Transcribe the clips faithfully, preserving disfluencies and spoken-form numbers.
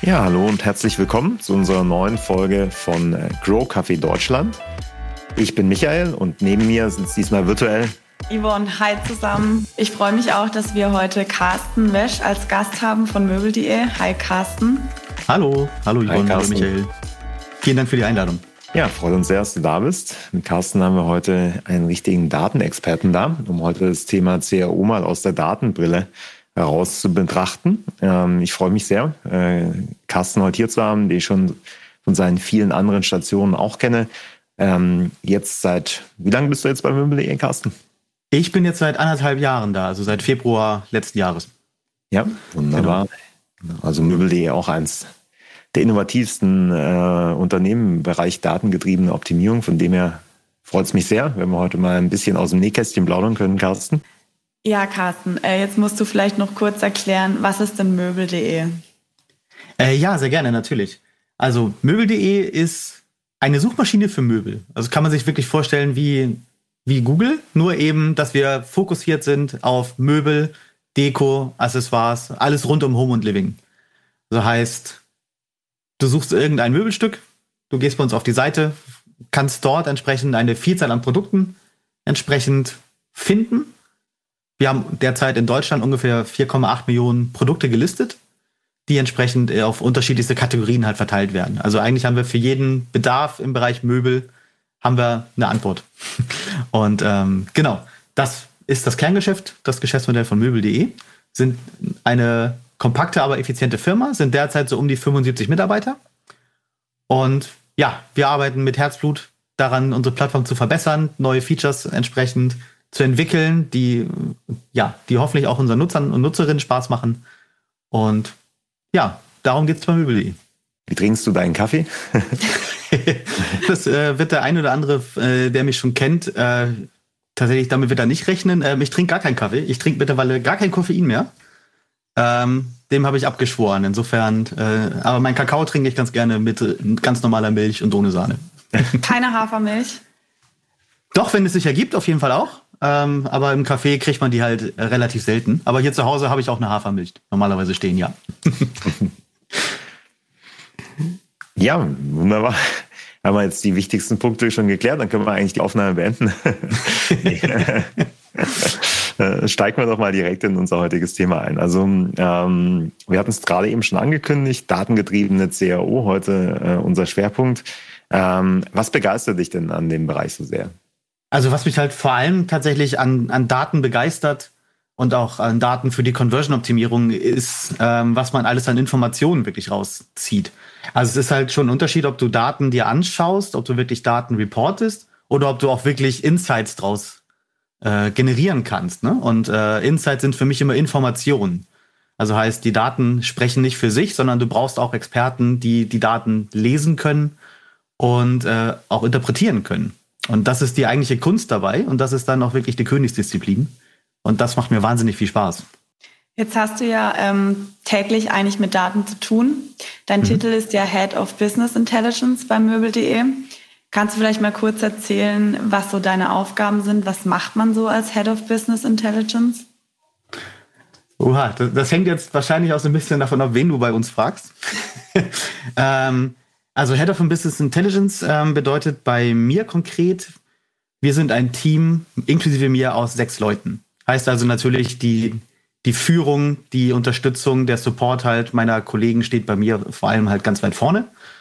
Ja, hallo und herzlich willkommen zu unserer neuen Folge von äh, Grow Café Deutschland. Ich bin Michael und neben mir sind es diesmal virtuell Yvonne. Hi zusammen. Ich freue mich auch, dass wir heute Carsten Wesch als Gast haben von möbel punkt de. Hi Carsten. Hallo, hallo Yvonne, hallo Michael. Vielen Dank für die Einladung. Ja, freut uns sehr, dass du da bist. Mit Carsten haben wir heute einen richtigen Datenexperten da, um heute das Thema C R O mal aus der Datenbrille heraus zu betrachten. Ähm, ich freue mich sehr, äh, Carsten heute hier zu haben, den ich schon von seinen vielen anderen Stationen auch kenne. Ähm, jetzt seit, wie lange bist du jetzt bei möbel punkt de, Carsten? Ich bin jetzt seit anderthalb Jahren da, also seit Februar letzten Jahres. Ja, wunderbar. Genau. Also möbel punkt de auch eins der innovativsten äh, Unternehmen im Bereich datengetriebene Optimierung. Von dem her freut es mich sehr, wenn wir heute mal ein bisschen aus dem Nähkästchen plaudern können, Carsten. Ja, Carsten, äh, jetzt musst du vielleicht noch kurz erklären, was ist denn möbel punkt de? Äh, ja, sehr gerne, natürlich. Also möbel punkt de ist eine Suchmaschine für Möbel. Also kann man sich wirklich vorstellen wie, wie Google, nur eben, dass wir fokussiert sind auf Möbel, Deko, Accessoires, alles rund um Home und Living. Das heißt, du suchst irgendein Möbelstück, du gehst bei uns auf die Seite, kannst dort entsprechend eine Vielzahl an Produkten entsprechend finden. Wir haben derzeit in Deutschland ungefähr vier Komma acht Millionen Produkte gelistet, die entsprechend auf unterschiedlichste Kategorien halt verteilt werden. Also eigentlich haben wir für jeden Bedarf im Bereich Möbel haben wir eine Antwort. Und ähm, genau, das ist das Kerngeschäft, das Geschäftsmodell von möbel punkt de. Sind eine kompakte, aber effiziente Firma, sind derzeit so um die fünfundsiebzig Mitarbeiter. Und ja, wir arbeiten mit Herzblut daran, unsere Plattform zu verbessern, neue Features entsprechend zu entwickeln, die, ja, die hoffentlich auch unseren Nutzern und Nutzerinnen Spaß machen. Und ja, darum geht es bei möbel punkt de. Wie trinkst du deinen Kaffee? Das äh, wird der ein oder andere, äh, der mich schon kennt, äh, tatsächlich damit wird er nicht rechnen. Ähm, ich trinke gar keinen Kaffee. Ich trinke mittlerweile gar kein Koffein mehr. Ähm, dem habe ich abgeschworen. Insofern, äh, aber meinen Kakao trinke ich ganz gerne mit äh, ganz normaler Milch und ohne Sahne. Keine Hafermilch? Doch, wenn es sich ergibt, auf jeden Fall auch. Ähm, aber im Café kriegt man die halt äh, relativ selten. Aber hier zu Hause habe ich auch eine Hafermilch normalerweise stehen, ja. Ja, wunderbar. Haben wir jetzt die wichtigsten Punkte schon geklärt, dann können wir eigentlich die Aufnahme beenden. Steigen wir doch mal direkt in unser heutiges Thema ein. Also ähm, wir hatten es gerade eben schon angekündigt, datengetriebene C R O, heute äh, unser Schwerpunkt. Ähm, was begeistert dich denn an dem Bereich so sehr? Also was mich halt vor allem tatsächlich an, an Daten begeistert und auch an Daten für die Conversion-Optimierung ist, ähm, was man alles an Informationen wirklich rauszieht. Also es ist halt schon ein Unterschied, ob du Daten dir anschaust, ob du wirklich Daten reportest oder ob du auch wirklich Insights draus äh, generieren kannst. Ne? Und äh, Insights sind für mich immer Informationen. Also heißt, die Daten sprechen nicht für sich, sondern du brauchst auch Experten, die die Daten lesen können und äh, auch interpretieren können. Und das ist die eigentliche Kunst dabei und das ist dann auch wirklich die Königsdisziplin. Und das macht mir wahnsinnig viel Spaß. Jetzt hast du ja ähm, täglich eigentlich mit Daten zu tun. Dein mhm. Titel ist ja Head of Business Intelligence bei möbel punkt de. Kannst du vielleicht mal kurz erzählen, was so deine Aufgaben sind? Was macht man so als Head of Business Intelligence? Oha, das, das hängt jetzt wahrscheinlich auch so ein bisschen davon ab, wen du bei uns fragst. ähm, also Head of Business Intelligence ähm, bedeutet bei mir konkret, wir sind ein Team, inklusive mir, aus sechs Leuten. Heißt also natürlich, die, die Führung, die Unterstützung, der Support halt meiner Kollegen steht bei mir vor allem halt ganz weit vorne.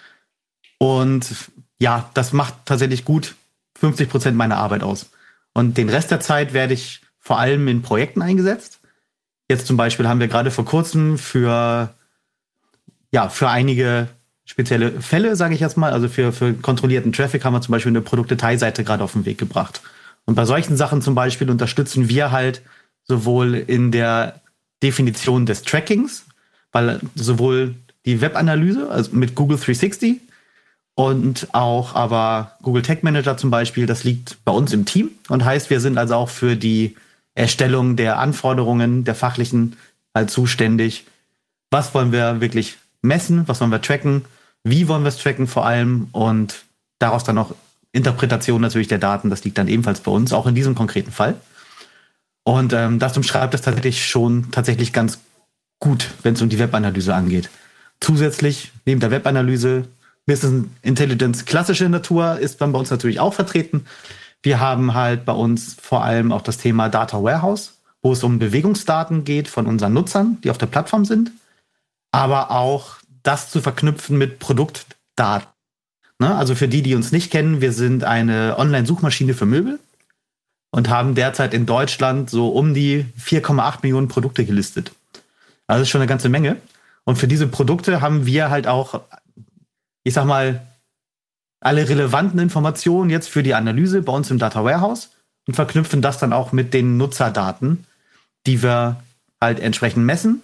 Und ja, das macht tatsächlich gut fünfzig Prozent meiner Arbeit aus. Und den Rest der Zeit werde ich vor allem in Projekten eingesetzt. Jetzt zum Beispiel haben wir gerade vor kurzem für, ja, für einige spezielle Fälle, sage ich jetzt mal, also für, für kontrollierten Traffic haben wir zum Beispiel eine Produktdetailseite gerade auf den Weg gebracht. Und bei solchen Sachen zum Beispiel unterstützen wir halt sowohl in der Definition des Trackings, weil sowohl die Webanalyse, also mit Google dreihundertsechzig und auch aber Google Tag Manager zum Beispiel, das liegt bei uns im Team und heißt, wir sind also auch für die Erstellung der Anforderungen, der fachlichen halt zuständig. Was wollen wir wirklich messen? Was wollen wir tracken? Wie wollen wir es tracken vor allem? Und daraus dann auch Interpretation natürlich der Daten, das liegt dann ebenfalls bei uns, auch in diesem konkreten Fall. Und ähm, das umschreibt es tatsächlich schon tatsächlich ganz gut, wenn es um die Webanalyse angeht. Zusätzlich, neben der Webanalyse, Business Intelligence klassische Natur ist dann bei uns natürlich auch vertreten. Wir haben halt bei uns vor allem auch das Thema Data Warehouse, wo es um Bewegungsdaten geht von unseren Nutzern, die auf der Plattform sind, aber auch das zu verknüpfen mit Produktdaten. Ne? Also für die, die uns nicht kennen, wir sind eine Online-Suchmaschine für Möbel und haben derzeit in Deutschland so um die vier Komma acht Millionen Produkte gelistet. Also das ist schon eine ganze Menge. Und für diese Produkte haben wir halt auch, ich sag mal, alle relevanten Informationen jetzt für die Analyse bei uns im Data Warehouse und verknüpfen das dann auch mit den Nutzerdaten, die wir halt entsprechend messen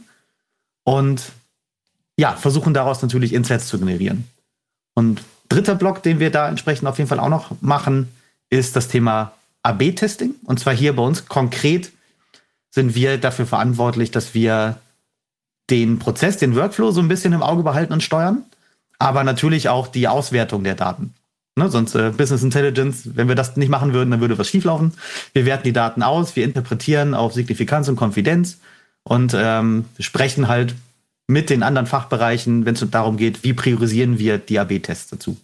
und ja, versuchen daraus natürlich Insights zu generieren. Und dritter Block, den wir da entsprechend auf jeden Fall auch noch machen, ist das Thema A B Testing. Und zwar hier bei uns konkret sind wir dafür verantwortlich, dass wir den Prozess, den Workflow so ein bisschen im Auge behalten und steuern, aber natürlich auch die Auswertung der Daten. Ne, sonst äh, Business Intelligence, wenn wir das nicht machen würden, dann würde was schieflaufen. Wir werten die Daten aus, wir interpretieren auf Signifikanz und Konfidenz und ähm, sprechen halt mit den anderen Fachbereichen, wenn es darum geht, wie priorisieren wir die A B Tests dazu.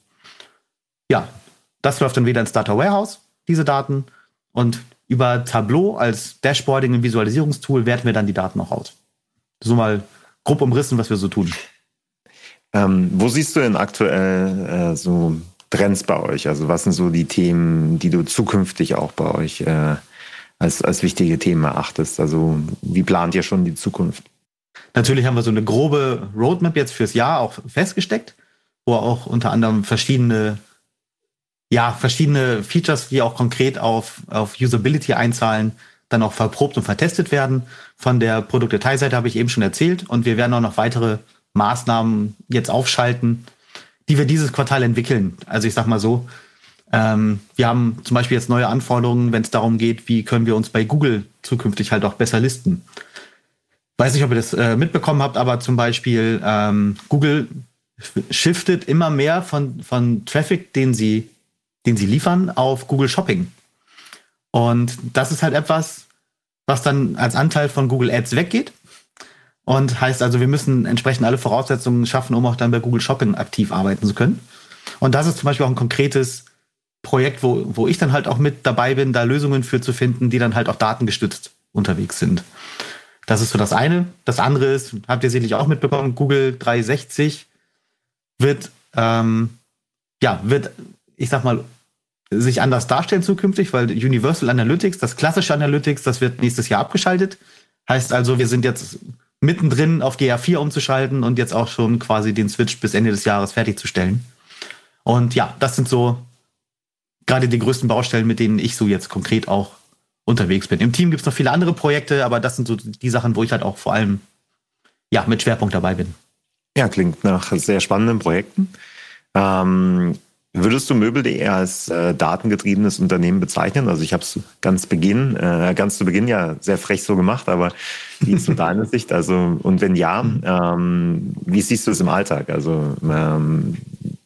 Ja, das läuft dann wieder ins Data Warehouse, diese Daten, und über Tableau als Dashboarding- und Visualisierungstool werten wir dann die Daten auch aus. So mal grob umrissen, was wir so tun. Ähm, wo siehst du denn aktuell äh, so Trends bei euch? Also was sind so die Themen, die du zukünftig auch bei euch äh, als, als wichtige Themen erachtest? Also wie plant ihr schon die Zukunft? Natürlich haben wir so eine grobe Roadmap jetzt fürs Jahr auch festgesteckt, wo auch unter anderem verschiedene, ja, verschiedene Features, die auch konkret auf, auf Usability einzahlen, dann auch verprobt und vertestet werden. Von der Produktdetailseite habe ich eben schon erzählt und wir werden auch noch weitere Maßnahmen jetzt aufschalten, die wir dieses Quartal entwickeln. Also ich sag mal so, ähm, wir haben zum Beispiel jetzt neue Anforderungen, wenn es darum geht, wie können wir uns bei Google zukünftig halt auch besser listen. Weiß nicht, ob ihr das äh, mitbekommen habt, aber zum Beispiel ähm, Google shiftet immer mehr von, von Traffic, den sie, den sie liefern, auf Google Shopping. Und das ist halt etwas, was dann als Anteil von Google Ads weggeht. Und heißt also, wir müssen entsprechend alle Voraussetzungen schaffen, um auch dann bei Google Shopping aktiv arbeiten zu können. Und das ist zum Beispiel auch ein konkretes Projekt, wo, wo ich dann halt auch mit dabei bin, da Lösungen für zu finden, die dann halt auch datengestützt unterwegs sind. Das ist so das eine. Das andere ist, habt ihr sicherlich auch mitbekommen, Google dreihundertsechzig wird, ähm, ja, wird, ich sag mal, sich anders darstellen zukünftig, weil Universal Analytics, das klassische Analytics, das wird nächstes Jahr abgeschaltet. Heißt also, wir sind jetzt mittendrin auf G R vier umzuschalten und jetzt auch schon quasi den Switch bis Ende des Jahres fertigzustellen. Und ja, das sind so gerade die größten Baustellen, mit denen ich so jetzt konkret auch unterwegs bin. Im Team gibt es noch viele andere Projekte, aber das sind so die Sachen, wo ich halt auch vor allem ja, mit Schwerpunkt dabei bin. Ja, klingt nach sehr spannenden Projekten. Ähm, würdest du Möbel punkt de als äh, datengetriebenes Unternehmen bezeichnen? Also ich habe es ganz Beginn, äh, ganz zu Beginn ja sehr frech so gemacht, aber wie ist so deine Sicht? Also und wenn ja, ähm, wie siehst du es im Alltag? Also ähm,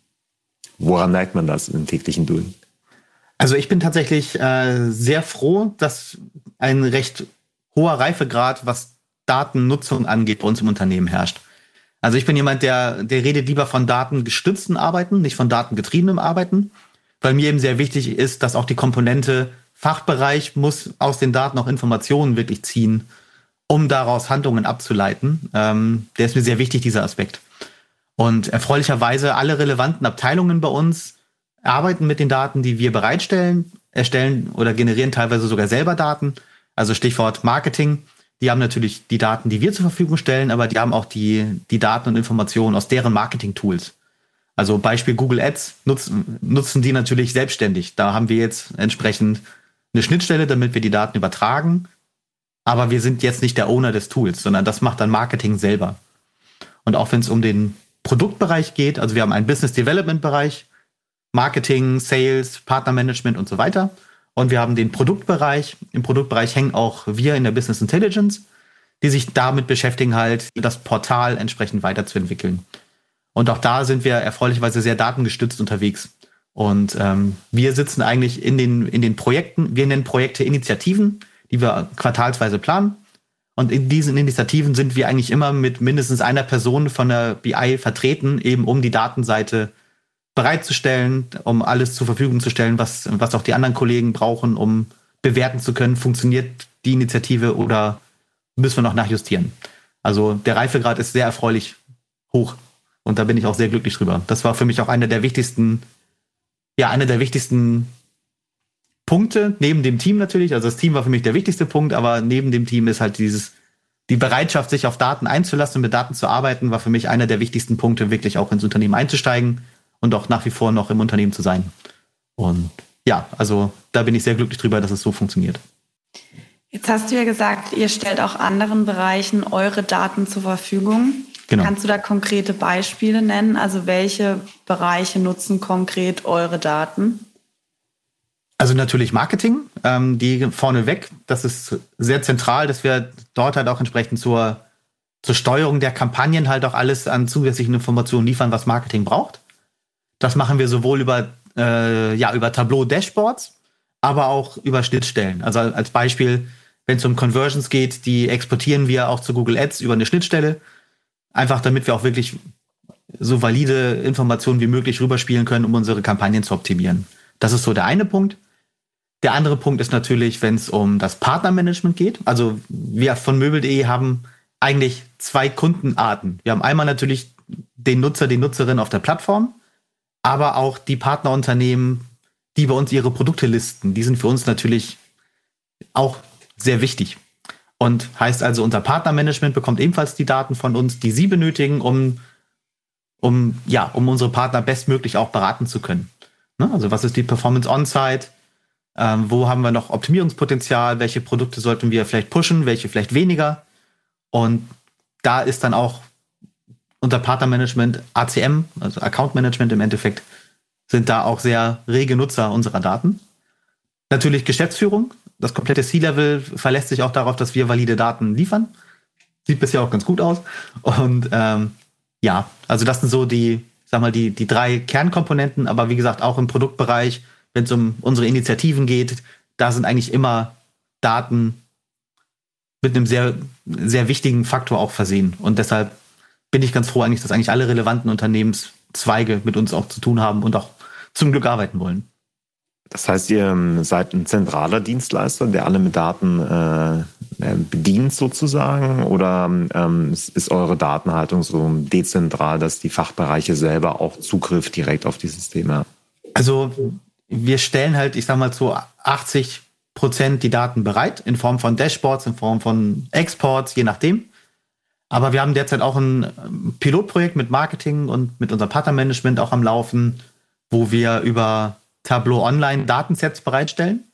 woran merkt man das im täglichen Doing? Also ich bin tatsächlich äh, sehr froh, dass ein recht hoher Reifegrad, was Datennutzung angeht, bei uns im Unternehmen herrscht. Also ich bin jemand, der, der redet lieber von datengestütztem Arbeiten, nicht von datengetriebenem Arbeiten, weil mir eben sehr wichtig ist, dass auch die Komponente Fachbereich muss aus den Daten auch Informationen wirklich ziehen, um daraus Handlungen abzuleiten. Ähm, der ist mir sehr wichtig, dieser Aspekt. Und erfreulicherweise alle relevanten Abteilungen bei uns arbeiten mit den Daten, die wir bereitstellen, erstellen oder generieren teilweise sogar selber Daten. Also Stichwort Marketing. Die haben natürlich die Daten, die wir zur Verfügung stellen, aber die haben auch die, die Daten und Informationen aus deren Marketing-Tools. Also Beispiel Google Ads nutzen, nutzen die natürlich selbstständig. Da haben wir jetzt entsprechend eine Schnittstelle, damit wir die Daten übertragen. Aber wir sind jetzt nicht der Owner des Tools, sondern das macht dann Marketing selber. Und auch wenn es um den Produktbereich geht, also wir haben einen Business Development Bereich, Marketing, Sales, Partnermanagement und so weiter. Und wir haben den Produktbereich. Im Produktbereich hängen auch wir in der Business Intelligence, die sich damit beschäftigen, halt das Portal entsprechend weiterzuentwickeln. Und auch da sind wir erfreulicherweise sehr datengestützt unterwegs. Und ähm, wir sitzen eigentlich in den, in den Projekten, wir nennen Projekte Initiativen, die wir quartalsweise planen. Und in diesen Initiativen sind wir eigentlich immer mit mindestens einer Person von der B I vertreten, eben um die Datenseite bereitzustellen, um alles zur Verfügung zu stellen, was, was auch die anderen Kollegen brauchen, um bewerten zu können, funktioniert die Initiative oder müssen wir noch nachjustieren. Also der Reifegrad ist sehr erfreulich hoch und da bin ich auch sehr glücklich drüber. Das war für mich auch einer der wichtigsten, ja, einer der wichtigsten Punkte, neben dem Team natürlich. Also das Team war für mich der wichtigste Punkt, aber neben dem Team ist halt dieses, die Bereitschaft, sich auf Daten einzulassen und mit Daten zu arbeiten, war für mich einer der wichtigsten Punkte, wirklich auch ins Unternehmen einzusteigen und auch nach wie vor noch im Unternehmen zu sein. Und ja, also da bin ich sehr glücklich drüber, dass es so funktioniert. Jetzt hast du ja gesagt, ihr stellt auch anderen Bereichen eure Daten zur Verfügung. Genau. Kannst du da konkrete Beispiele nennen? Also welche Bereiche nutzen konkret eure Daten? Also natürlich Marketing, ähm, die vorneweg. Das ist sehr zentral, dass wir dort halt auch entsprechend zur, zur Steuerung der Kampagnen halt auch alles an zusätzlichen Informationen liefern, was Marketing braucht. Das machen wir sowohl über, äh, ja, über Tableau-Dashboards, aber auch über Schnittstellen. Also als Beispiel, wenn es um Conversions geht, die exportieren wir auch zu Google Ads über eine Schnittstelle. Einfach damit wir auch wirklich so valide Informationen wie möglich rüberspielen können, um unsere Kampagnen zu optimieren. Das ist so der eine Punkt. Der andere Punkt ist natürlich, wenn es um das Partnermanagement geht. Also wir von möbel punkt de haben eigentlich zwei Kundenarten. Wir haben einmal natürlich den Nutzer, die Nutzerin auf der Plattform, aber auch die Partnerunternehmen, die bei uns ihre Produkte listen. Die sind für uns natürlich auch sehr wichtig. Und heißt also, unser Partnermanagement bekommt ebenfalls die Daten von uns, die sie benötigen, um, um, ja, um unsere Partner bestmöglich auch beraten zu können. Ne? Also was ist die Performance On-Site? Ähm, wo haben wir noch Optimierungspotenzial? Welche Produkte sollten wir vielleicht pushen? Welche vielleicht weniger? Und da ist dann auch unser Partnermanagement A C M, also Account Management im Endeffekt, sind da auch sehr rege Nutzer unserer Daten. Natürlich Geschäftsführung. Das komplette C-Level verlässt sich auch darauf, dass wir valide Daten liefern. Sieht bisher auch ganz gut aus. Und ähm, ja, also das sind so die, sag mal, die, die drei Kernkomponenten. Aber wie gesagt, auch im Produktbereich, wenn es um unsere Initiativen geht, da sind eigentlich immer Daten mit einem sehr, sehr wichtigen Faktor auch versehen. Und deshalb bin ich ganz froh eigentlich, dass eigentlich alle relevanten Unternehmenszweige mit uns auch zu tun haben und auch zum Glück arbeiten wollen. Das heißt, ihr seid ein zentraler Dienstleister, der alle mit Daten äh, bedient sozusagen? Oder ähm, ist eure Datenhaltung so dezentral, dass die Fachbereiche selber auch Zugriff direkt auf die Systeme haben? Also wir stellen halt, ich sag mal, zu achtzig Prozent die Daten bereit, in Form von Dashboards, in Form von Exports, je nachdem. Aber wir haben derzeit auch ein Pilotprojekt mit Marketing und mit unserem Partnermanagement auch am Laufen, wo wir über Tableau Online Datensets bereitstellen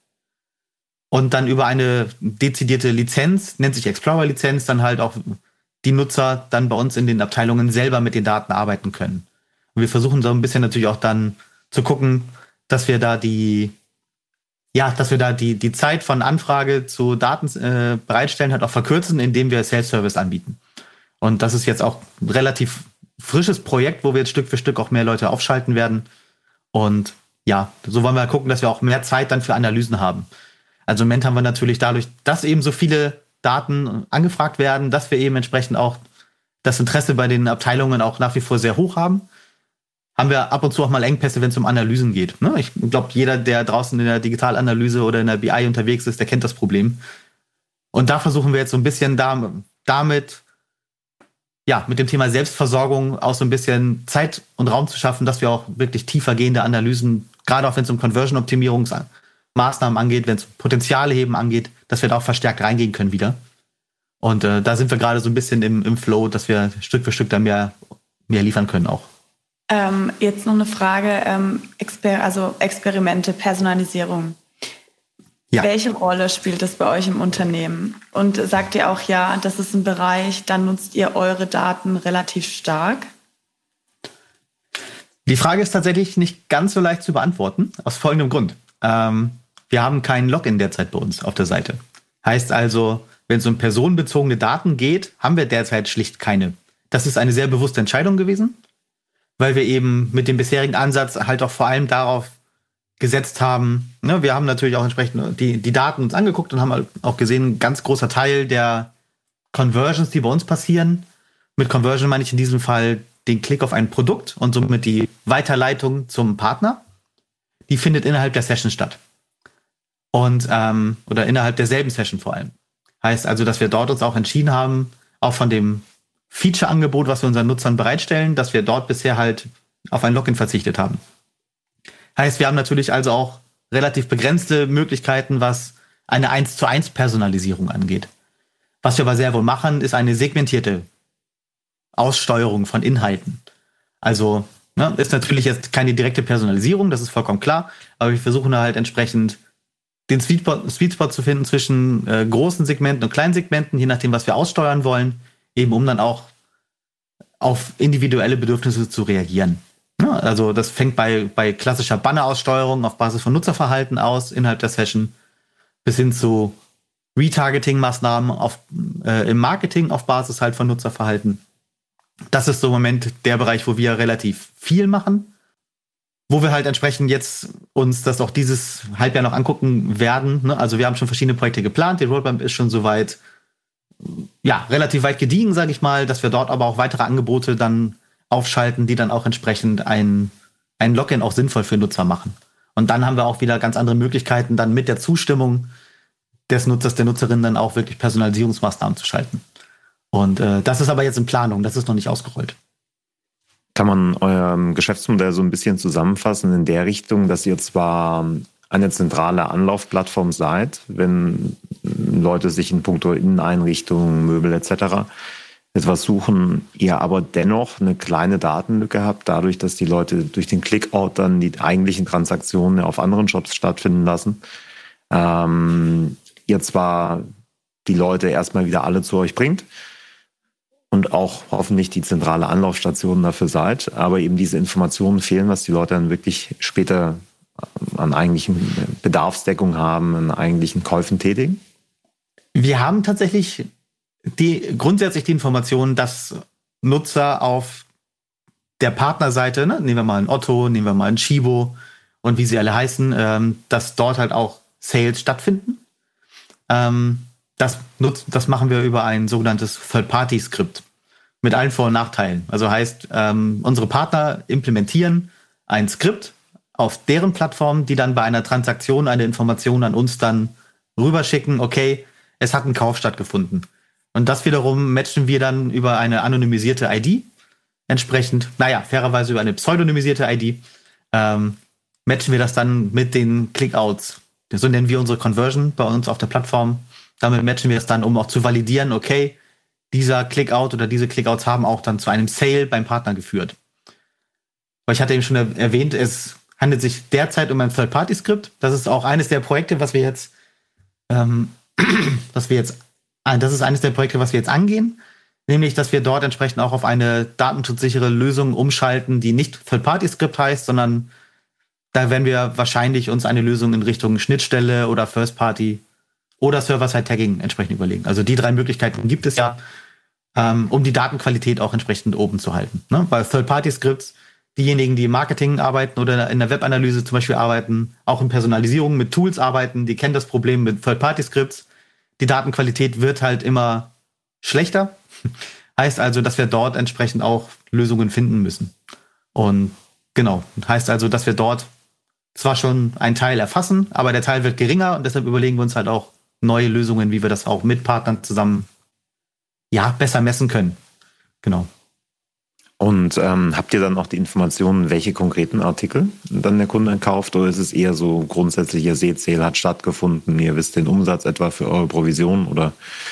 und dann über eine dezidierte Lizenz, nennt sich Explorer-Lizenz, dann halt auch die Nutzer dann bei uns in den Abteilungen selber mit den Daten arbeiten können. Und wir versuchen so ein bisschen natürlich auch dann zu gucken, dass wir da die, ja, dass wir da die, die Zeit von Anfrage zu Daten äh, bereitstellen, halt auch verkürzen, indem wir Self-Service anbieten. Und das ist jetzt auch ein relativ frisches Projekt, wo wir jetzt Stück für Stück auch mehr Leute aufschalten werden. Und ja, so wollen wir gucken, dass wir auch mehr Zeit dann für Analysen haben. Also im Moment haben wir natürlich dadurch, dass eben so viele Daten angefragt werden, dass wir eben entsprechend auch das Interesse bei den Abteilungen auch nach wie vor sehr hoch haben, haben wir ab und zu auch mal Engpässe, wenn es um Analysen geht. Ich glaube, jeder, der draußen in der Digitalanalyse oder in der B I unterwegs ist, der kennt das Problem. Und da versuchen wir jetzt so ein bisschen damit, ja, mit dem Thema Selbstversorgung auch so ein bisschen Zeit und Raum zu schaffen, dass wir auch wirklich tiefergehende Analysen, gerade auch wenn es um Conversion-Optimierungsmaßnahmen angeht, wenn es um Potenzialheben angeht, dass wir da auch verstärkt reingehen können wieder. Und äh, da sind wir gerade so ein bisschen im, im Flow, dass wir Stück für Stück da mehr, mehr liefern können auch. Ähm, jetzt noch eine Frage, ähm, Exper- also Experimente, Personalisierung. Ja. Welche Rolle spielt das bei euch im Unternehmen? Und sagt ihr auch, ja, das ist ein Bereich, dann nutzt ihr eure Daten relativ stark? Die Frage ist tatsächlich nicht ganz so leicht zu beantworten, aus folgendem Grund. Ähm, wir haben keinen Login derzeit bei uns auf der Seite. Heißt also, wenn es um personenbezogene Daten geht, haben wir derzeit schlicht keine. Das ist eine sehr bewusste Entscheidung gewesen, weil wir eben mit dem bisherigen Ansatz halt auch vor allem darauf gesetzt haben. Ne, wir haben natürlich auch entsprechend die, die Daten uns angeguckt und haben auch gesehen, ein ganz großer Teil der, Conversions, die bei uns passieren. Mit Conversion meine ich in diesem Fall den Klick auf ein Produkt und somit die Weiterleitung zum Partner. Die findet innerhalb der Session statt. Und, ähm, oder innerhalb derselben Session vor allem. Heißt also, dass wir dort uns auch entschieden haben, auch von dem Feature-Angebot, was wir unseren Nutzern bereitstellen, dass wir dort bisher halt auf ein Login verzichtet haben. Heißt, wir haben natürlich also auch relativ begrenzte Möglichkeiten, was eine eins zu eins Personalisierung angeht. Was wir aber sehr wohl machen, ist eine segmentierte Aussteuerung von Inhalten. Also ne, ist natürlich jetzt keine direkte Personalisierung, das ist vollkommen klar, aber wir versuchen halt entsprechend den Sweet Spot, Sweet Spot zu finden zwischen äh, großen Segmenten und kleinen Segmenten, je nachdem, was wir aussteuern wollen, eben um dann auch auf individuelle Bedürfnisse zu reagieren. Ja, also das fängt bei, bei klassischer Banner-Aussteuerung auf Basis von Nutzerverhalten aus innerhalb der Session bis hin zu Retargeting-Maßnahmen auf, äh, im Marketing auf Basis halt von Nutzerverhalten. Das ist so im Moment der Bereich, wo wir relativ viel machen. Wo wir halt entsprechend jetzt uns das auch dieses Halbjahr noch angucken werden. Ne? Also wir haben schon verschiedene Projekte geplant. Die Roadmap ist schon soweit, ja, relativ weit gediegen, sage ich mal, dass wir dort aber auch weitere Angebote dann aufschalten, die dann auch entsprechend ein, ein Login auch sinnvoll für Nutzer machen. Und dann haben wir auch wieder ganz andere Möglichkeiten, dann mit der Zustimmung des Nutzers, der Nutzerin dann auch wirklich Personalisierungsmaßnahmen zu schalten. Und äh, das ist aber jetzt in Planung, das ist noch nicht ausgerollt. Kann man euer Geschäftsmodell so ein bisschen zusammenfassen in der Richtung, dass ihr zwar eine zentrale Anlaufplattform seid, wenn Leute sich in puncto Inneneinrichtungen, Möbel et cetera etwas suchen, ihr aber dennoch eine kleine Datenlücke habt, dadurch, dass die Leute durch den Clickout dann die eigentlichen Transaktionen auf anderen Shops stattfinden lassen. Ähm, ihr zwar die Leute erstmal wieder alle zu euch bringt, und auch hoffentlich die zentrale Anlaufstation dafür seid, aber eben diese Informationen fehlen, was die Leute dann wirklich später an eigentlichen Bedarfsdeckung haben, an eigentlichen Käufen tätigen? Wir haben tatsächlich die, grundsätzlich die Information, dass Nutzer auf der Partnerseite, ne, nehmen wir mal einen Otto, nehmen wir mal einen Chibo und wie sie alle heißen, ähm, dass dort halt auch Sales stattfinden. Ähm, Das, nutzt, das machen wir über ein sogenanntes Third-Party-Skript mit allen Vor- und Nachteilen. Also heißt, ähm, unsere Partner implementieren ein Skript auf deren Plattform, die dann bei einer Transaktion eine Information an uns dann rüberschicken, okay, es hat ein Kauf stattgefunden. Und das wiederum matchen wir dann über eine anonymisierte I D, entsprechend, naja, fairerweise über eine pseudonymisierte I D, ähm, matchen wir das dann mit den Clickouts. So nennen wir unsere Conversion bei uns auf der Plattform. Damit matchen wir es dann, um auch zu validieren, okay, dieser Clickout oder diese Clickouts haben auch dann zu einem Sale beim Partner geführt. Aber ich hatte eben schon erwähnt, es handelt sich derzeit um ein Third-Party-Skript. Das ist auch eines der Projekte, was wir jetzt, ähm, was wir jetzt, das ist eines der Projekte, was wir jetzt angehen, nämlich, dass wir dort entsprechend auch auf eine datenschutzsichere Lösung umschalten, die nicht Third-Party-Skript heißt, sondern da werden wir wahrscheinlich uns eine Lösung in Richtung Schnittstelle oder First-Party oder Server-Side-Tagging entsprechend überlegen. Also die drei Möglichkeiten gibt es ja, ähm, um die Datenqualität auch entsprechend oben zu halten. Ne? Bei Third-Party-Scripts, diejenigen, die im Marketing arbeiten oder in der Webanalyse zum Beispiel arbeiten, auch in Personalisierung mit Tools arbeiten, die kennen das Problem mit Third-Party-Scripts. Die Datenqualität wird halt immer schlechter. Heißt also, dass wir dort entsprechend auch Lösungen finden müssen. Und genau, heißt also, dass wir dort zwar schon einen Teil erfassen, aber der Teil wird geringer und deshalb überlegen wir uns halt auch neue Lösungen, wie wir das auch mit Partnern zusammen ja besser messen können. Genau. Und ähm, habt ihr dann auch die Informationen, welche konkreten Artikel dann der Kunde kauft, oder ist es eher so grundsätzlich, ihr seht, Sale hat stattgefunden, ihr wisst den Umsatz etwa für eure Provision, oder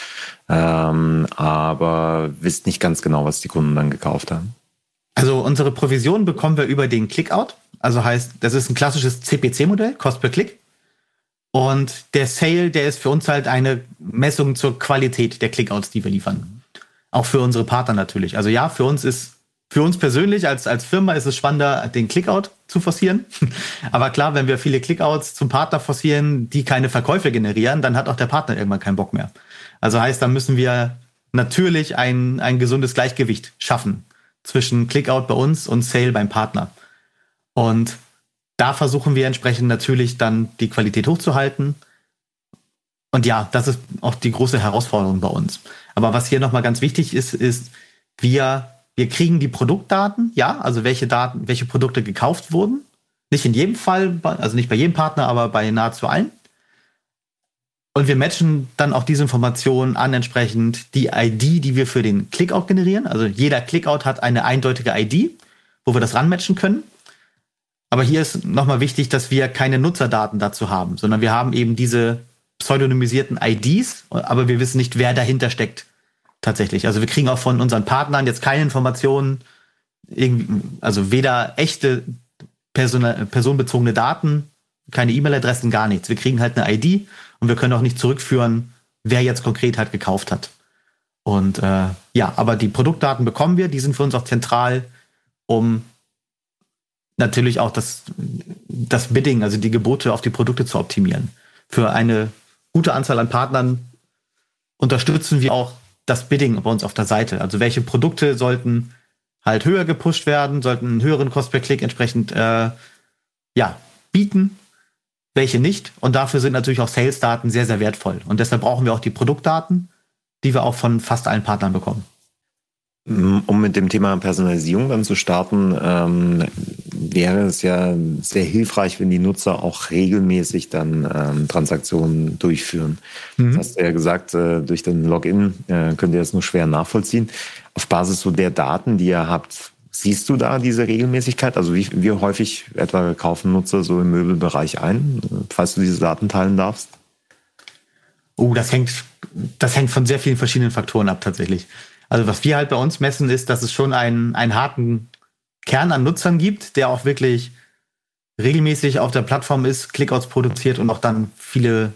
ähm, aber wisst nicht ganz genau, was die Kunden dann gekauft haben? Also unsere Provision bekommen wir über den Clickout. Also heißt, das ist ein klassisches C P C-Modell, Cost per Click. Und der Sale, der ist für uns halt eine Messung zur Qualität der Clickouts, die wir liefern. Auch für unsere Partner natürlich. Also ja, für uns ist, für uns persönlich als, als Firma ist es spannender, den Clickout zu forcieren. Aber klar, wenn wir viele Clickouts zum Partner forcieren, die keine Verkäufe generieren, dann hat auch der Partner irgendwann keinen Bock mehr. Also heißt, dann müssen wir natürlich ein, ein gesundes Gleichgewicht schaffen zwischen Clickout bei uns und Sale beim Partner. Und da versuchen wir entsprechend natürlich dann die Qualität hochzuhalten. und ja, das ist auch die große Herausforderung bei uns. Aber was hier nochmal ganz wichtig ist, ist, wir, wir kriegen die Produktdaten, ja, also welche Daten, welche Produkte gekauft wurden. Nicht in jedem Fall, also nicht bei jedem Partner, aber bei nahezu allen. Und wir matchen dann auch diese Informationen an entsprechend die I D, die wir für den Clickout generieren. Also jeder Clickout hat eine eindeutige I D, wo wir das ranmatchen können. Aber hier ist nochmal wichtig, dass wir keine Nutzerdaten dazu haben, sondern wir haben eben diese pseudonymisierten I Ds, aber wir wissen nicht, wer dahinter steckt tatsächlich. Also wir kriegen auch von unseren Partnern jetzt keine Informationen, also weder echte person- personenbezogene Daten, keine E-Mail-Adressen, gar nichts. Wir kriegen halt eine I D und wir können auch nicht zurückführen, wer jetzt konkret halt gekauft hat. Und äh, ja, aber die Produktdaten bekommen wir, die sind für uns auch zentral, um natürlich auch das, das Bidding, also die Gebote auf die Produkte zu optimieren. Für eine gute Anzahl an Partnern unterstützen wir auch das Bidding bei uns auf der Seite. Also welche Produkte sollten halt höher gepusht werden, sollten einen höheren Cost per Klick entsprechend äh, ja, bieten, welche nicht. Und dafür sind natürlich auch Sales-Daten sehr, sehr wertvoll. Und deshalb brauchen wir auch die Produktdaten, die wir auch von fast allen Partnern bekommen. Um mit dem Thema Personalisierung dann zu starten, ähm, wäre es ja sehr hilfreich, wenn die Nutzer auch regelmäßig dann ähm, Transaktionen durchführen. Mhm. Das hast du ja gesagt, äh, durch den Login äh, könnt ihr das nur schwer nachvollziehen. Auf Basis so der Daten, die ihr habt, siehst du da diese Regelmäßigkeit? Also wie, wie häufig etwa kaufen Nutzer so im Möbelbereich ein, falls du diese Daten teilen darfst? Oh, das hängt, das hängt von sehr vielen verschiedenen Faktoren ab tatsächlich. Also was wir halt bei uns messen, ist, dass es schon einen, einen harten Kern an Nutzern gibt, der auch wirklich regelmäßig auf der Plattform ist, Clickouts produziert und auch dann viele,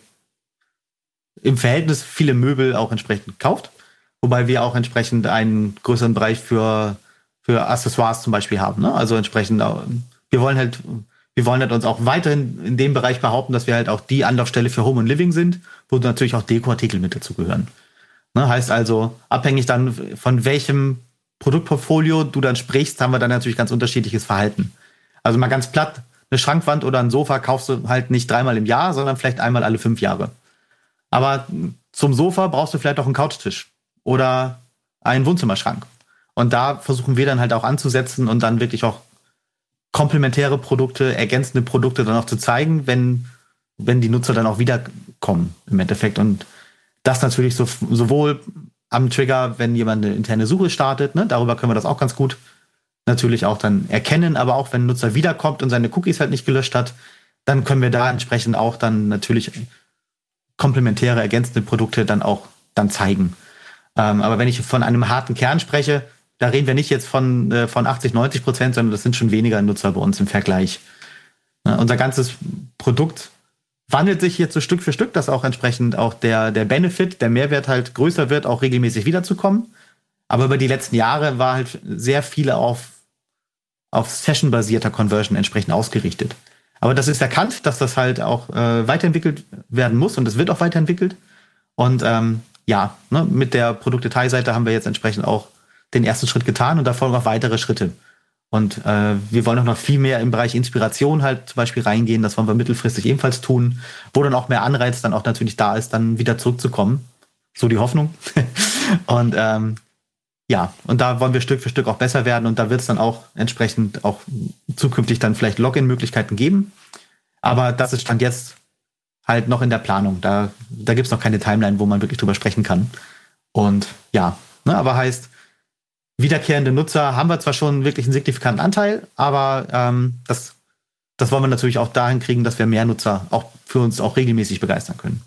im Verhältnis viele Möbel auch entsprechend kauft. Wobei wir auch entsprechend einen größeren Bereich für, für Accessoires zum Beispiel haben. Ne? Also entsprechend, wir wollen halt, wir wollen halt uns auch weiterhin in dem Bereich behaupten, dass wir halt auch die Anlaufstelle für Home und Living sind, wo natürlich auch Dekoartikel mit dazugehören. Ne, heißt also, abhängig dann von welchem Produktportfolio du dann sprichst, haben wir dann natürlich ganz unterschiedliches Verhalten. Also mal ganz platt, eine Schrankwand oder ein Sofa kaufst du halt nicht dreimal im Jahr, sondern vielleicht einmal alle fünf Jahre. Aber zum Sofa brauchst du vielleicht auch einen Couchtisch oder einen Wohnzimmerschrank. Und da versuchen wir dann halt auch anzusetzen und dann wirklich auch komplementäre Produkte, ergänzende Produkte dann auch zu zeigen, wenn, wenn die Nutzer dann auch wiederkommen im Endeffekt. Und das natürlich so, sowohl am Trigger, wenn jemand eine interne Suche startet, ne, darüber können wir das auch ganz gut natürlich auch dann erkennen, aber auch wenn ein Nutzer wiederkommt und seine Cookies halt nicht gelöscht hat, dann können wir da entsprechend auch dann natürlich komplementäre, ergänzende Produkte dann auch dann zeigen. Ähm, aber wenn ich von einem harten Kern spreche, da reden wir nicht jetzt von, äh, von achtzig, neunzig Prozent, sondern das sind schon weniger Nutzer bei uns im Vergleich. Ja, unser ganzes Produkt wandelt sich jetzt so Stück für Stück, dass auch entsprechend auch der, der Benefit, der Mehrwert halt größer wird, auch regelmäßig wiederzukommen. Aber über die letzten Jahre war halt sehr viele auf, auf Session-basierter Conversion entsprechend ausgerichtet. Aber das ist erkannt, dass das halt auch äh, weiterentwickelt werden muss und es wird auch weiterentwickelt. Und ähm, ja, ne, mit der Produktdetailseite haben wir jetzt entsprechend auch den ersten Schritt getan und da folgen auch weitere Schritte. Und äh, wir wollen auch noch viel mehr im Bereich Inspiration halt zum Beispiel reingehen. Das wollen wir mittelfristig ebenfalls tun, wo dann auch mehr Anreiz dann auch natürlich da ist, dann wieder zurückzukommen. So die Hoffnung. und ähm, ja, und da wollen wir Stück für Stück auch besser werden und da wird es dann auch entsprechend auch zukünftig dann vielleicht Login-Möglichkeiten geben. Aber das ist Stand jetzt halt noch in der Planung. Da, da gibt es noch keine Timeline, wo man wirklich drüber sprechen kann. Und ja, ne, aber heißt, wiederkehrende Nutzer haben wir zwar schon wirklich einen signifikanten Anteil, aber ähm, das, das wollen wir natürlich auch dahin kriegen, dass wir mehr Nutzer auch für uns auch regelmäßig begeistern können.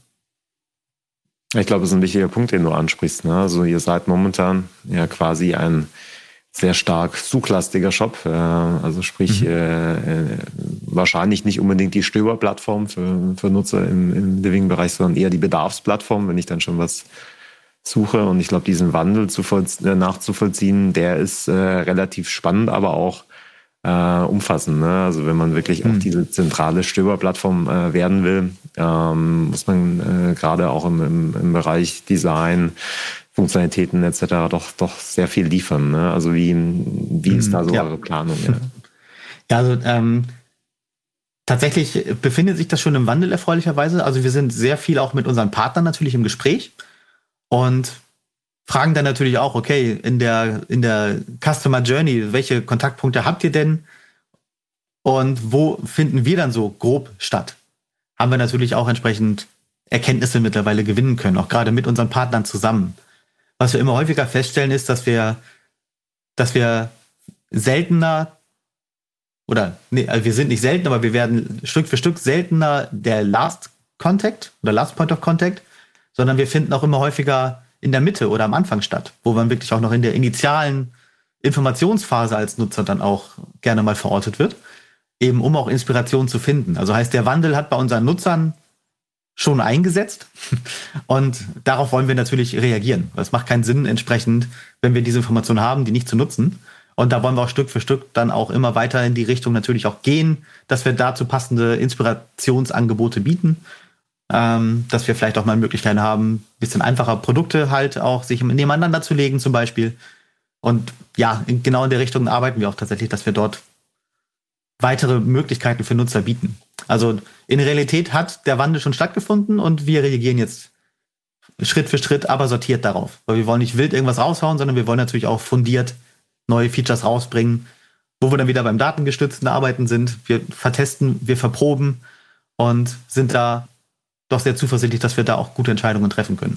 Ich glaube, das ist ein wichtiger Punkt, den du ansprichst. Ne? Also ihr seid momentan ja quasi ein sehr stark suchlastiger Shop. Äh, also sprich, mhm. äh, wahrscheinlich nicht unbedingt die Stöberplattform für, für Nutzer im, im Living-Bereich, sondern eher die Bedarfsplattform, wenn ich dann schon was suche. Und ich glaube, diesen Wandel zu voll, äh, nachzuvollziehen, der ist äh, relativ spannend, aber auch äh, umfassend. Ne? Also wenn man wirklich mhm. auch diese zentrale Stöberplattform äh, werden will, ähm, muss man äh, gerade auch im, im, im Bereich Design, Funktionalitäten et cetera doch, doch sehr viel liefern. Ne? Also wie, wie ist da so ja. eure Planung? Ja, ja also ähm, Tatsächlich befindet sich das schon im Wandel erfreulicherweise. Also wir sind sehr viel auch mit unseren Partnern natürlich im Gespräch und fragen dann natürlich auch, okay, in der, in der Customer Journey, welche Kontaktpunkte habt ihr denn und wo finden wir dann so grob statt? Haben wir natürlich auch entsprechend Erkenntnisse mittlerweile gewinnen können, auch gerade mit unseren Partnern zusammen. Was wir immer häufiger feststellen ist, dass wir, dass wir seltener oder nee, also wir sind nicht selten, aber wir werden Stück für Stück seltener der Last Contact oder Last Point of Contact, sondern wir finden auch immer häufiger in der Mitte oder am Anfang statt, wo man wirklich auch noch in der initialen Informationsphase als Nutzer dann auch gerne mal verortet wird, eben um auch Inspiration zu finden. Also heißt, der Wandel hat bei unseren Nutzern schon eingesetzt und darauf wollen wir natürlich reagieren. Es macht keinen Sinn entsprechend, wenn wir diese Informationen haben, die nicht zu nutzen. Und da wollen wir auch Stück für Stück dann auch immer weiter in die Richtung natürlich auch gehen, dass wir dazu passende Inspirationsangebote bieten, ähm, dass wir vielleicht auch mal Möglichkeiten haben, ein bisschen einfacher Produkte halt auch sich nebeneinander zu legen zum Beispiel. Und ja, in, genau in der Richtung arbeiten wir auch tatsächlich, dass wir dort weitere Möglichkeiten für Nutzer bieten. Also in Realität hat der Wandel schon stattgefunden und wir reagieren jetzt Schritt für Schritt, aber sortiert darauf. Weil wir wollen nicht wild irgendwas raushauen, sondern wir wollen natürlich auch fundiert neue Features rausbringen, wo wir dann wieder beim datengestützten Arbeiten sind. Wir vertesten, wir verproben und sind da doch sehr zuversichtlich, dass wir da auch gute Entscheidungen treffen können.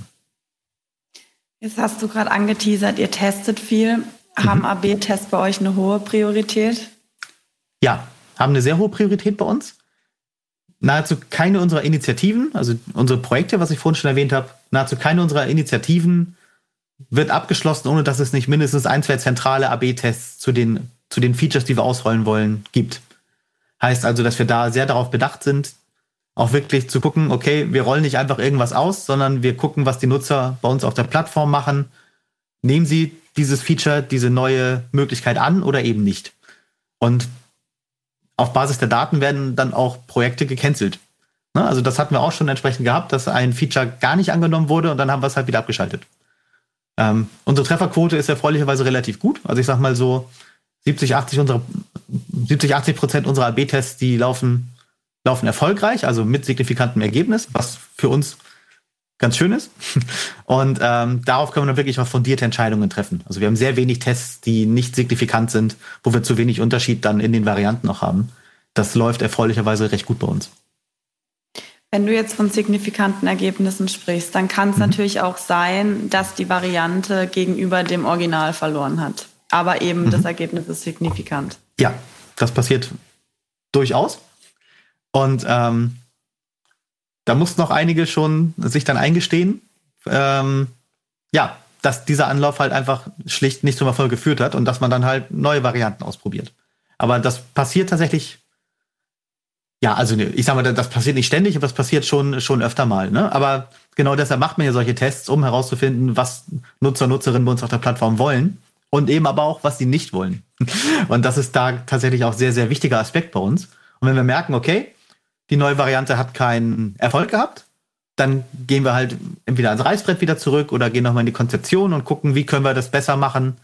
Jetzt hast du gerade angeteasert, ihr testet viel. Haben Mhm. A B-Tests bei euch eine hohe Priorität? Ja, haben eine sehr hohe Priorität bei uns. Nahezu keine unserer Initiativen, also unsere Projekte, was ich vorhin schon erwähnt habe, nahezu keine unserer Initiativen wird abgeschlossen, ohne dass es nicht mindestens ein, zwei zentrale A B-Tests zu den, zu den Features, die wir ausrollen wollen, gibt. Heißt also, dass wir da sehr darauf bedacht sind, auch wirklich zu gucken, okay, wir rollen nicht einfach irgendwas aus, sondern wir gucken, was die Nutzer bei uns auf der Plattform machen. Nehmen sie dieses Feature, diese neue Möglichkeit an oder eben nicht. Und auf Basis der Daten werden dann auch Projekte gecancelt. Ne? Also das hatten wir auch schon entsprechend gehabt, dass ein Feature gar nicht angenommen wurde und dann haben wir es halt wieder abgeschaltet. Ähm, unsere Trefferquote ist erfreulicherweise relativ gut. Also ich sag mal so, siebzig, achtzig unserer, siebzig, achtzig Prozent unserer A B-Tests, die laufen, laufen erfolgreich, also mit signifikantem Ergebnis, was für uns ganz schön ist. Und ähm, darauf können wir dann wirklich auch fundierte Entscheidungen treffen. Also wir haben sehr wenig Tests, die nicht signifikant sind, wo wir zu wenig Unterschied dann in den Varianten noch haben. Das läuft erfreulicherweise recht gut bei uns. Wenn du jetzt von signifikanten Ergebnissen sprichst, dann kann es mhm. natürlich auch sein, dass die Variante gegenüber dem Original verloren hat. Aber eben mhm. das Ergebnis ist signifikant. Ja, das passiert durchaus. Und ähm, da mussten noch einige schon sich dann eingestehen, ähm, ja, dass dieser Anlauf halt einfach schlicht nicht zum Erfolg geführt hat und dass man dann halt neue Varianten ausprobiert. Aber das passiert tatsächlich, ja, also ich sag mal, das passiert nicht ständig, aber das passiert schon, schon öfter mal. Ne? Aber genau deshalb macht man ja solche Tests, um herauszufinden, was Nutzer, Nutzerinnen bei uns auf der Plattform wollen und eben aber auch, was sie nicht wollen. Und das ist da tatsächlich auch sehr, sehr wichtiger Aspekt bei uns. Und wenn wir merken, okay, die neue Variante hat keinen Erfolg gehabt, dann gehen wir halt entweder ans Reißbrett wieder zurück oder gehen nochmal in die Konzeption und gucken, wie können wir das besser machen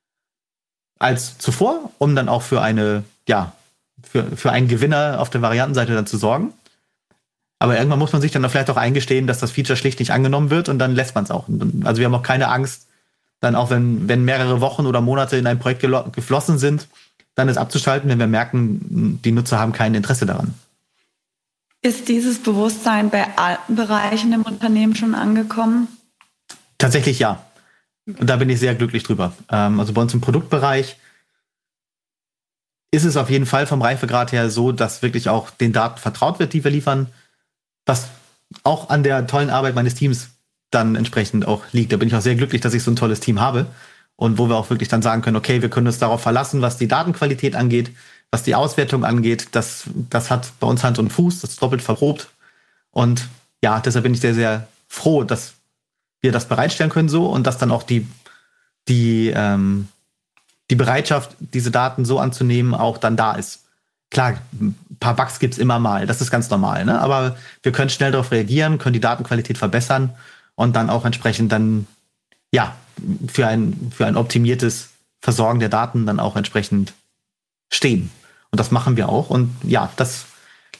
als zuvor, um dann auch für eine, ja, für, für einen Gewinner auf der Variantenseite dann zu sorgen. Aber irgendwann muss man sich dann vielleicht auch eingestehen, dass das Feature schlicht nicht angenommen wird und dann lässt man es auch. Also wir haben auch keine Angst, dann auch wenn, wenn mehrere Wochen oder Monate in ein Projekt gelo- geflossen sind, dann es abzuschalten, wenn wir merken, die Nutzer haben kein Interesse daran. Ist dieses Bewusstsein bei allen Bereichen im Unternehmen schon angekommen? Tatsächlich ja. Und da bin ich sehr glücklich drüber. Also bei uns im Produktbereich ist es auf jeden Fall vom Reifegrad her so, dass wirklich auch den Daten vertraut wird, die wir liefern, was auch an der tollen Arbeit meines Teams dann entsprechend auch liegt. Da bin ich auch sehr glücklich, dass ich so ein tolles Team habe und wo wir auch wirklich dann sagen können, okay, wir können uns darauf verlassen, was die Datenqualität angeht, was die Auswertung angeht. Das, das hat bei uns Hand und Fuß, das ist doppelt verprobt. Und ja, deshalb bin ich sehr, sehr froh, dass wir das bereitstellen können so und dass dann auch die, die, ähm, die Bereitschaft, diese Daten so anzunehmen, auch dann da ist. Klar, ein paar Bugs gibt's immer mal, das ist ganz normal, ne? Aber wir können schnell darauf reagieren, können die Datenqualität verbessern und dann auch entsprechend dann, ja, für ein, für ein optimiertes Versorgen der Daten dann auch entsprechend stehen. Und das machen wir auch. Und ja, das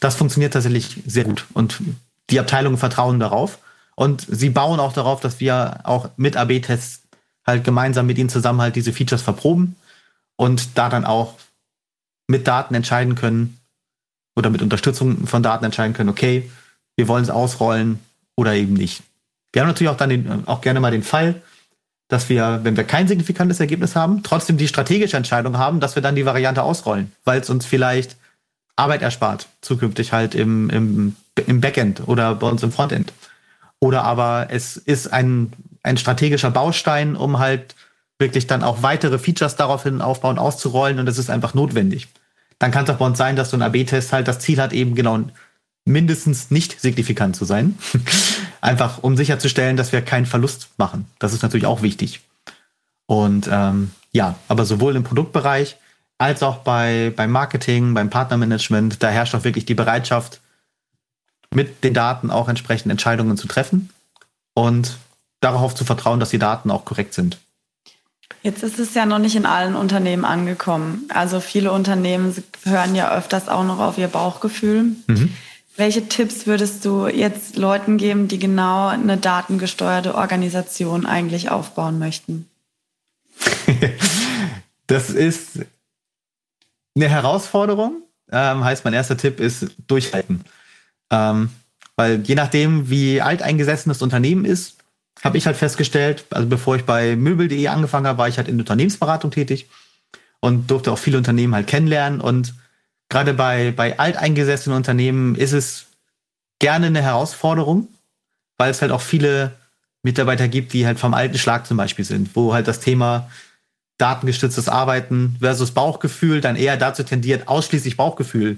Das funktioniert tatsächlich sehr gut. Und die Abteilungen vertrauen darauf. Und sie bauen auch darauf, dass wir auch mit A B-Tests halt gemeinsam mit ihnen zusammen halt diese Features verproben und da dann auch mit Daten entscheiden können oder mit Unterstützung von Daten entscheiden können, okay, wir wollen es ausrollen oder eben nicht. Wir haben natürlich auch dann den, auch gerne mal den Fall, dass wir, wenn wir kein signifikantes Ergebnis haben, trotzdem die strategische Entscheidung haben, dass wir dann die Variante ausrollen, weil es uns vielleicht Arbeit erspart, zukünftig halt im, im, im Backend oder bei uns im Frontend. Oder aber es ist ein, ein strategischer Baustein, um halt wirklich dann auch weitere Features daraufhin aufbauen, auszurollen und es ist einfach notwendig. Dann kann es auch bei uns sein, dass so ein A B-Test halt das Ziel hat, eben genau mindestens nicht signifikant zu sein. Einfach um sicherzustellen, dass wir keinen Verlust machen. Das ist natürlich auch wichtig. Und ähm, ja, aber sowohl im Produktbereich als auch bei, beim Marketing, beim Partnermanagement, da herrscht auch wirklich die Bereitschaft, mit den Daten auch entsprechend Entscheidungen zu treffen und darauf zu vertrauen, dass die Daten auch korrekt sind. Jetzt ist es ja noch nicht in allen Unternehmen angekommen. Also viele Unternehmen hören ja öfters auch noch auf ihr Bauchgefühl. Mhm. Welche Tipps würdest du jetzt Leuten geben, die genau eine datengesteuerte Organisation eigentlich aufbauen möchten? Das ist eine Herausforderung. Ähm, heißt, mein erster Tipp ist durchhalten. Ähm, weil je nachdem, wie alteingesessen das Unternehmen ist, habe ich halt festgestellt, also bevor ich bei möbel punkt de angefangen habe, war ich halt in der Unternehmensberatung tätig und durfte auch viele Unternehmen halt kennenlernen. Und gerade bei, bei alteingesessenen Unternehmen ist es gerne eine Herausforderung, weil es halt auch viele Mitarbeiter gibt, die halt vom alten Schlag zum Beispiel sind, wo halt das Thema datengestütztes Arbeiten versus Bauchgefühl dann eher dazu tendiert, ausschließlich Bauchgefühl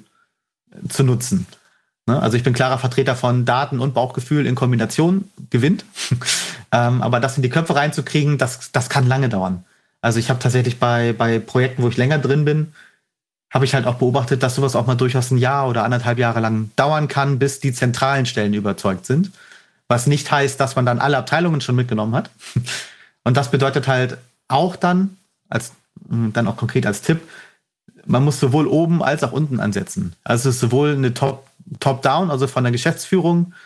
zu nutzen. Also ich bin klarer Vertreter von Daten und Bauchgefühl in Kombination gewinnt. ähm, aber das in die Köpfe reinzukriegen, das, das kann lange dauern. Also ich habe tatsächlich bei, bei Projekten, wo ich länger drin bin, habe ich halt auch beobachtet, dass sowas auch mal durchaus ein Jahr oder anderthalb Jahre lang dauern kann, bis die zentralen Stellen überzeugt sind. Was nicht heißt, dass man dann alle Abteilungen schon mitgenommen hat. Und das bedeutet halt auch dann, als dann auch konkret als Tipp, man muss sowohl oben als auch unten ansetzen. Also es ist sowohl eine Top Top-down, also von der Geschäftsführung,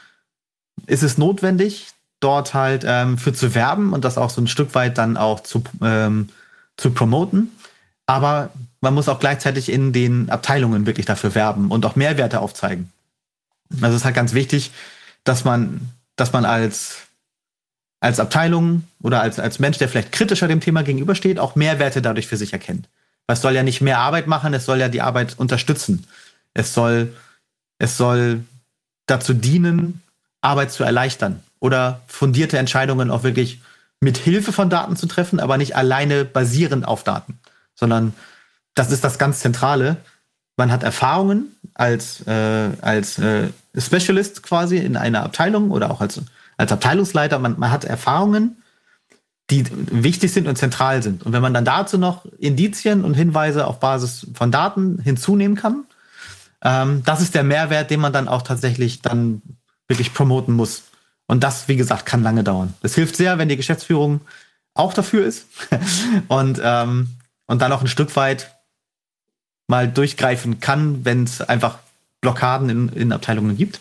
ist es notwendig, dort halt ähm, für zu werben und das auch so ein Stück weit dann auch zu, ähm, zu promoten. Aber man muss auch gleichzeitig in den Abteilungen wirklich dafür werben und auch Mehrwerte aufzeigen. Also es ist halt ganz wichtig, dass man, dass man als, als Abteilung oder als, als Mensch, der vielleicht kritischer dem Thema gegenübersteht, auch Mehrwerte dadurch für sich erkennt. Weil es soll ja nicht mehr Arbeit machen, es soll ja die Arbeit unterstützen. Es soll Es soll dazu dienen, Arbeit zu erleichtern oder fundierte Entscheidungen auch wirklich mit Hilfe von Daten zu treffen, aber nicht alleine basierend auf Daten, sondern das ist das ganz Zentrale. Man hat Erfahrungen als, äh, als äh, Specialist quasi in einer Abteilung oder auch als, als Abteilungsleiter. Man, man hat Erfahrungen, die wichtig sind und zentral sind. Und wenn man dann dazu noch Indizien und Hinweise auf Basis von Daten hinzunehmen kann, Ähm, das ist der Mehrwert, den man dann auch tatsächlich dann wirklich promoten muss. Und das, wie gesagt, kann lange dauern. Es hilft sehr, wenn die Geschäftsführung auch dafür ist und, ähm, und dann auch ein Stück weit mal durchgreifen kann, wenn es einfach Blockaden in, in Abteilungen gibt.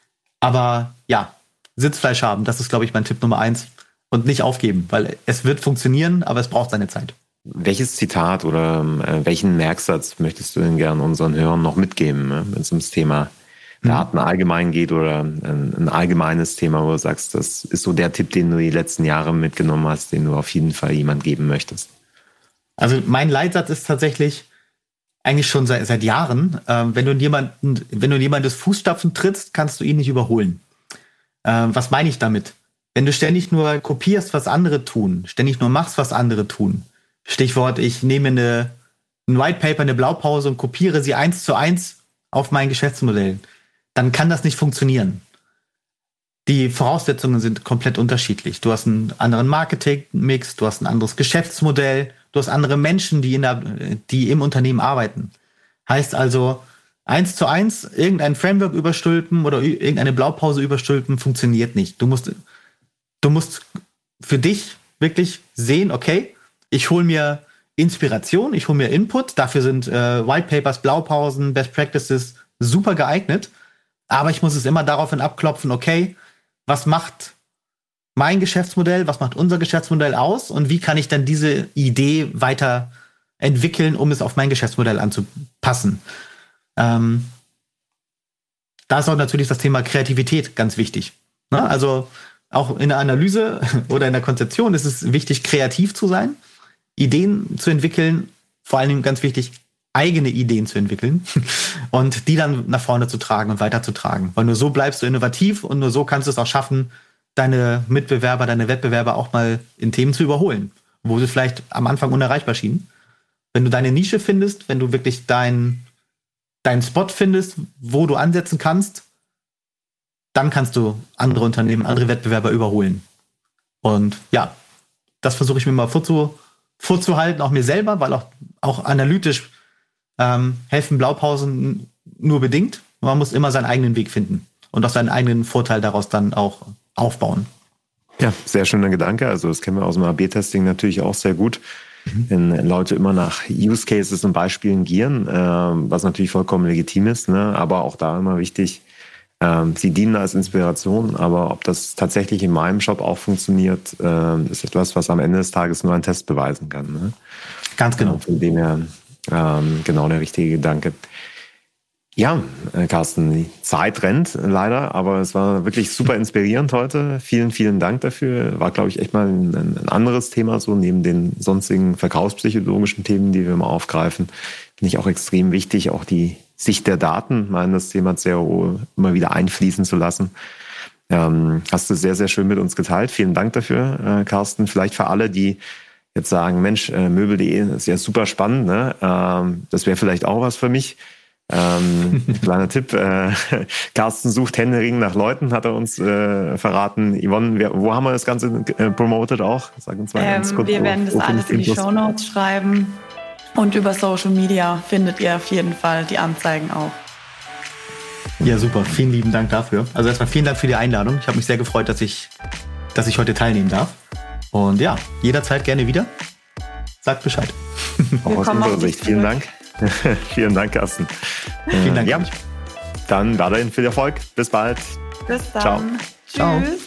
Aber ja, Sitzfleisch haben, das ist, glaube ich, mein Tipp Nummer eins. Und nicht aufgeben, weil es wird funktionieren, aber es braucht seine Zeit. Welches Zitat oder äh, welchen Merksatz möchtest du denn gerne unseren Hörern noch mitgeben, ne? Wenn es ums Thema Daten allgemein geht oder ein, ein allgemeines Thema, wo du sagst, das ist so der Tipp, den du die letzten Jahre mitgenommen hast, den du auf jeden Fall jemand geben möchtest? Also mein Leitsatz ist tatsächlich eigentlich schon seit, seit Jahren, äh, wenn du in jemanden, wenn du in jemandes Fußstapfen trittst, kannst du ihn nicht überholen. Äh, was meine ich damit? Wenn du ständig nur kopierst, was andere tun, ständig nur machst, was andere tun, Stichwort, ich nehme eine, ein White Paper, eine Blaupause und kopiere sie eins zu eins auf mein Geschäftsmodell. Dann kann das nicht funktionieren. Die Voraussetzungen sind komplett unterschiedlich. Du hast einen anderen Marketingmix, du hast ein anderes Geschäftsmodell, du hast andere Menschen, die, in der, die im Unternehmen arbeiten. Heißt also, eins zu eins irgendein Framework überstülpen oder irgendeine Blaupause überstülpen funktioniert nicht. Du musst, du musst für dich wirklich sehen, okay, ich hole mir Inspiration, ich hole mir Input, dafür sind äh, White Papers, Blaupausen, Best Practices super geeignet. Aber ich muss es immer daraufhin abklopfen, okay, was macht mein Geschäftsmodell, was macht unser Geschäftsmodell aus und wie kann ich dann diese Idee weiter entwickeln, um es auf mein Geschäftsmodell anzupassen. Ähm, da ist auch natürlich das Thema Kreativität ganz wichtig. Ne? Also auch in der Analyse oder in der Konzeption ist es wichtig, kreativ zu sein, Ideen zu entwickeln, vor allem ganz wichtig, eigene Ideen zu entwickeln und die dann nach vorne zu tragen und weiterzutragen. Weil nur so bleibst du innovativ und nur so kannst du es auch schaffen, deine Mitbewerber, deine Wettbewerber auch mal in Themen zu überholen, wo sie vielleicht am Anfang unerreichbar schienen. Wenn du deine Nische findest, wenn du wirklich deinen deinen Spot findest, wo du ansetzen kannst, dann kannst du andere Unternehmen, andere Wettbewerber überholen. Und ja, das versuche ich mir mal vorzu, vorzuhalten, auch mir selber, weil auch, auch analytisch ähm, helfen Blaupausen nur bedingt. Man muss immer seinen eigenen Weg finden und auch seinen eigenen Vorteil daraus dann auch aufbauen. Ja, sehr schöner Gedanke. Also das kennen wir aus dem A B Testing natürlich auch sehr gut. Mhm. Wenn Leute immer nach Use Cases und Beispielen gieren, äh, was natürlich vollkommen legitim ist, ne? Aber auch da immer wichtig, äh, sie dienen als Inspiration, aber ob das tatsächlich in meinem Shop auch funktioniert, äh, ist etwas, was am Ende des Tages nur ein Test beweisen kann. Ne? Ganz genau. Äh, von dem her ähm, genau der richtige Gedanke. Ja, Carsten, die Zeit rennt leider, aber es war wirklich super inspirierend heute. Vielen, vielen Dank dafür. War, glaube ich, echt mal ein, ein anderes Thema, so neben den sonstigen verkaufspsychologischen Themen, die wir mal aufgreifen. Finde ich auch extrem wichtig, auch die Sicht der Daten mal in das Thema C R O immer wieder einfließen zu lassen. Ähm, hast du sehr, sehr schön mit uns geteilt. Vielen Dank dafür, äh, Carsten. Vielleicht für alle, die jetzt sagen, Mensch, äh, Möbel punkt de ist ja super spannend, ne? Ähm, das wäre vielleicht auch was für mich. ähm, kleiner Tipp, äh, Carsten sucht händeringend nach Leuten, hat er uns äh, verraten. Yvonne, wer, wo haben wir das Ganze äh, promoted auch? Sag uns mal ähm, ganz kurz. Wir wo, werden das alles in die Shownotes schreiben und über Social Media findet ihr auf jeden Fall die Anzeigen auch. Ja, super. Vielen lieben Dank dafür. Also erstmal vielen Dank für die Einladung. Ich habe mich sehr gefreut, dass ich, dass ich heute teilnehmen darf. Und ja, jederzeit gerne wieder. Sagt Bescheid. Auch aus unserer Sicht. Vielen Dank. Vielen Dank, Carsten. Vielen Dank. Ja, dann weiterhin viel Erfolg. Bis bald. Bis dann. Ciao. Tschüss. Ciao.